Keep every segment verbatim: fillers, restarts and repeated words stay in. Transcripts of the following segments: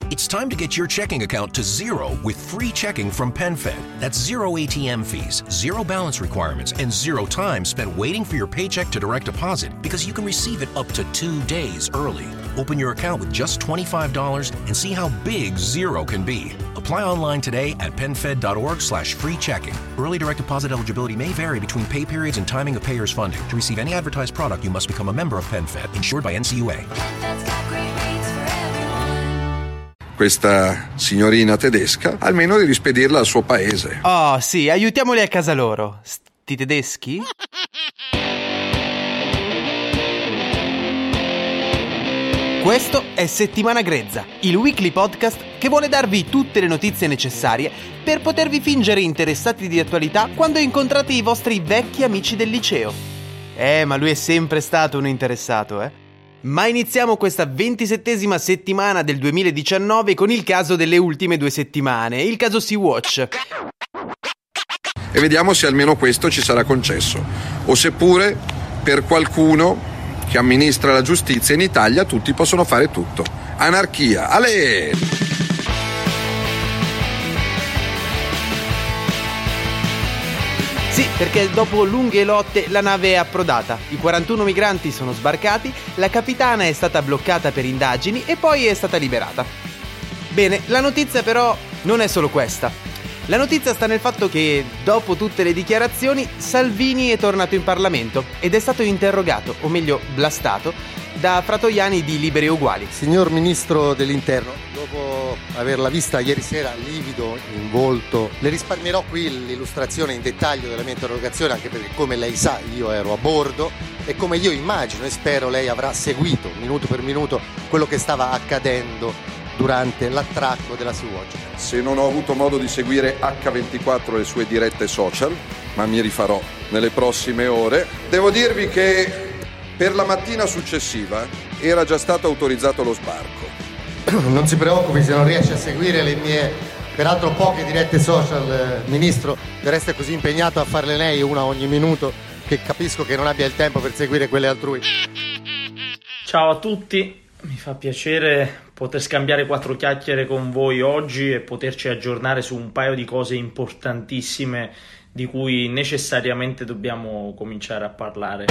It's time to get your checking account to zero with free checking from PenFed. That's zero A T M fees, zero balance requirements, and zero time spent waiting for your paycheck to direct deposit because you can receive it up to two days early. Open your account with just twenty-five dollars and see how big zero can be. Apply online today at penfed.org slash free checking. Early direct deposit eligibility may vary between pay periods and timing of payers' funding. To receive any advertised product, you must become a member of PenFed, insured by N C U A. Questa signorina tedesca, almeno di rispedirla al suo paese. Oh, sì, aiutiamoli a casa loro. Sti tedeschi? Questo è Settimana Grezza, il weekly podcast che vuole darvi tutte le notizie necessarie per potervi fingere interessati di attualità quando incontrate i vostri vecchi amici del liceo. Eh, ma lui è sempre stato un interessato, eh? Ma iniziamo questa ventisettesima settimana del duemiladiciannove con il caso delle ultime due settimane, il caso Sea-Watch. E vediamo se almeno questo ci sarà concesso, o seppure per qualcuno che amministra la giustizia in Italia tutti possono fare tutto. Anarchia, ale! Sì, perché dopo lunghe lotte la nave è approdata, i quarantuno migranti sono sbarcati, la capitana è stata bloccata per indagini e poi è stata liberata. Bene, la notizia però non è solo questa. La notizia sta nel fatto che, dopo tutte le dichiarazioni, Salvini è tornato in Parlamento ed è stato interrogato, o meglio blastato, da Fratoiani di Liberi e Uguali. Signor Ministro dell'Interno, dopo averla vista ieri sera livido in volto, le risparmierò qui l'illustrazione in dettaglio della mia interrogazione, anche perché, come lei sa, io ero a bordo e come io immagino e spero lei avrà seguito minuto per minuto quello che stava accadendo durante l'attracco della Sea-Watch. Se non ho avuto modo di seguire acca ventiquattro e le sue dirette social, ma mi rifarò nelle prossime ore, devo dirvi che per la mattina successiva era già stato autorizzato lo sbarco. Non si preoccupi se non riesce a seguire le mie, peraltro poche dirette social, Ministro, del resto è così impegnato a farle lei una ogni minuto che capisco che non abbia il tempo per seguire quelle altrui. Ciao a tutti, mi fa piacere poter scambiare quattro chiacchiere con voi oggi e poterci aggiornare su un paio di cose importantissime di cui necessariamente dobbiamo cominciare a parlare.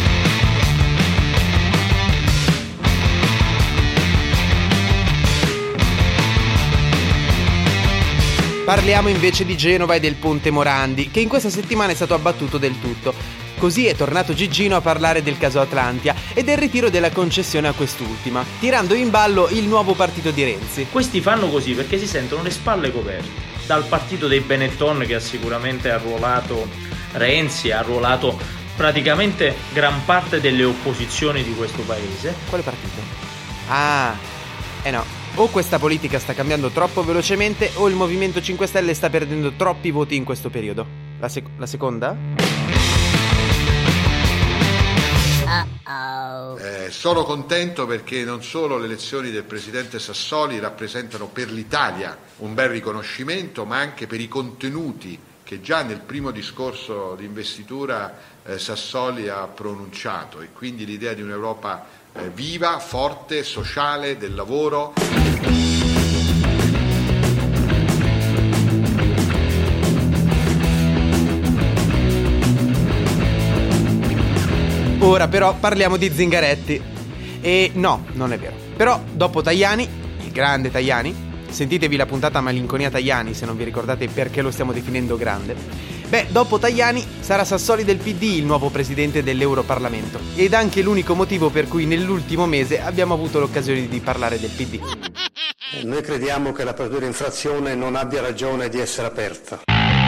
Parliamo invece di Genova e del ponte Morandi, che in questa settimana è stato abbattuto del tutto. Così è tornato Gigino a parlare del caso Atlantia e del ritiro della concessione a quest'ultima, tirando in ballo il nuovo partito di Renzi. Questi fanno così perché si sentono le spalle coperte dal partito dei Benetton, che ha sicuramente arruolato Renzi, ha arruolato praticamente gran parte delle opposizioni di questo paese. Quale partito? Ah, eh no. O questa politica sta cambiando troppo velocemente o il Movimento cinque Stelle sta perdendo troppi voti in questo periodo. La, sec- la seconda? Eh, sono contento perché non solo le elezioni del presidente Sassoli rappresentano per l'Italia un bel riconoscimento, ma anche per i contenuti che già nel primo discorso di investitura eh, Sassoli ha pronunciato, e quindi l'idea di un'Europa eh, viva, forte, sociale, del lavoro. Ora però parliamo di Zingaretti. E no, non è vero. Però dopo Tajani, il grande Tajani, sentitevi la puntata Malinconia Tajani se non vi ricordate perché lo stiamo definendo grande. Beh, dopo Tajani sarà Sassoli del P D il nuovo presidente dell'Europarlamento. Ed anche l'unico motivo per cui nell'ultimo mese abbiamo avuto l'occasione di parlare del P D. Noi crediamo che la procedura di infrazione non abbia ragione di essere aperta.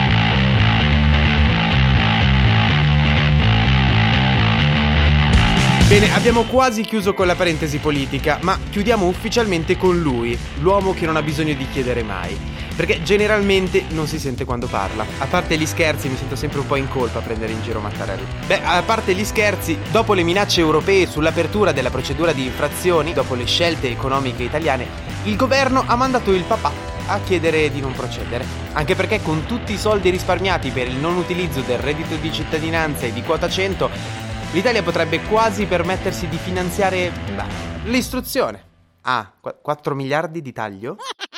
Bene, abbiamo quasi chiuso con la parentesi politica, ma chiudiamo ufficialmente con lui, l'uomo che non ha bisogno di chiedere mai, perché generalmente non si sente quando parla. A parte gli scherzi, mi sento sempre un po' in colpa a prendere in giro Mattarella. Beh, a parte gli scherzi, dopo le minacce europee sull'apertura della procedura di infrazioni, dopo le scelte economiche italiane, il governo ha mandato il papà a chiedere di non procedere, anche perché con tutti i soldi risparmiati per il non utilizzo del reddito di cittadinanza e di quota cento, l'Italia potrebbe quasi permettersi di finanziare bah, l'istruzione. Ah, quattro miliardi di taglio?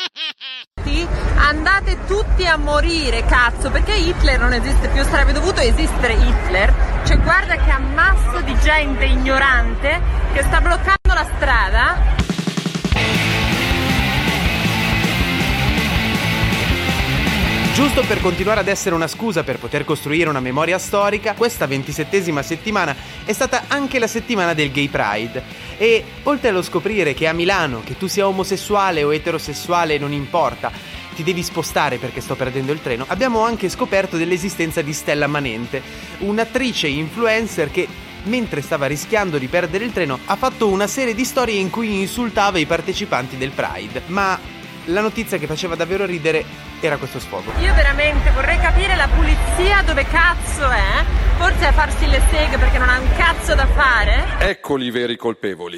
Andate tutti a morire, cazzo, perché Hitler non esiste più, sarebbe dovuto esistere Hitler. Cioè guarda che ammasso di gente ignorante che sta bloccando la strada. Giusto per continuare ad essere una scusa per poter costruire una memoria storica, questa ventisettesima settimana è stata anche la settimana del Gay Pride. E oltre allo scoprire che a Milano, che tu sia omosessuale o eterosessuale non importa, ti devi spostare perché sto perdendo il treno, abbiamo anche scoperto dell'esistenza di Stella Manente, un'attrice influencer che, mentre stava rischiando di perdere il treno, ha fatto una serie di storie in cui insultava i partecipanti del Pride. Ma la notizia che faceva davvero ridere era questo sfogo. Io veramente vorrei capire la pulizia dove cazzo è. Forse a farsi le seghe perché non ha un cazzo da fare. Eccoli i veri colpevoli.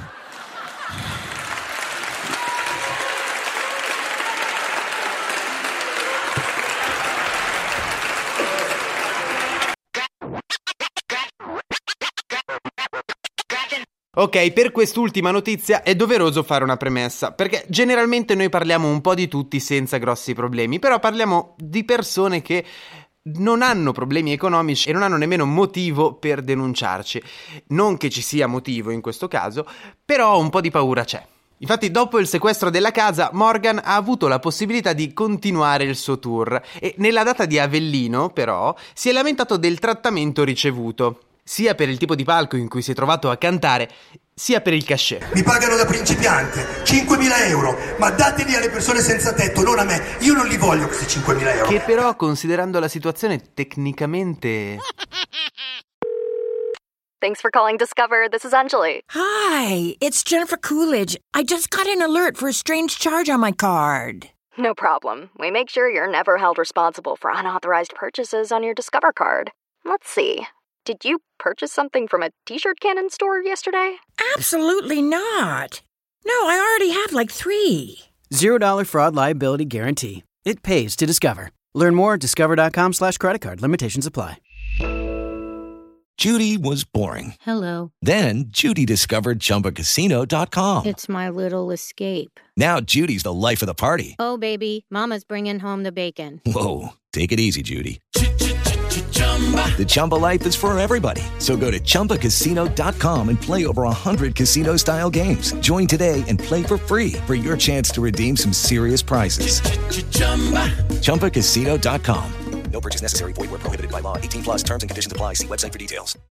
Ok, per quest'ultima notizia è doveroso fare una premessa, perché generalmente noi parliamo un po' di tutti senza grossi problemi, però parliamo di persone che non hanno problemi economici e non hanno nemmeno motivo per denunciarci. Non che ci sia motivo in questo caso, però un po' di paura c'è. Infatti, dopo il sequestro della casa, Morgan ha avuto la possibilità di continuare il suo tour e nella data di Avellino, però, si è lamentato del trattamento ricevuto, sia per il tipo di palco in cui si è trovato a cantare, sia per il cachet. Mi pagano da principiante, cinquemila euro, ma dateli alle persone senza tetto, non a me. Io non li voglio questi cinquemila euro. Che però, considerando la situazione, tecnicamente... Thanks for calling Discover. This is Anjali. Hi, it's Jennifer Coolidge. I just got an alert for a strange charge on my card. No problem. We make sure you're never held responsible for unauthorized purchases on your Discover card. Let's see. Did you purchase something from a t-shirt cannon store yesterday? Absolutely not. No, I already have like three. Zero dollar fraud liability guarantee. It pays to Discover. Learn more at discover.com slash credit card. Limitations apply. Judy was boring. Hello. Then Judy discovered Chumba Casino dot com. It's my little escape. Now Judy's the life of the party. Oh, baby, mama's bringing home the bacon. Whoa, take it easy, Judy. The Chumba life is for everybody. So go to Chumba Casino dot com and play over one hundred casino-style games. Join today and play for free for your chance to redeem some serious prizes. Chumba Casino dot com. No purchase necessary. Void where prohibited by law. eighteen plus terms and conditions apply. See website for details.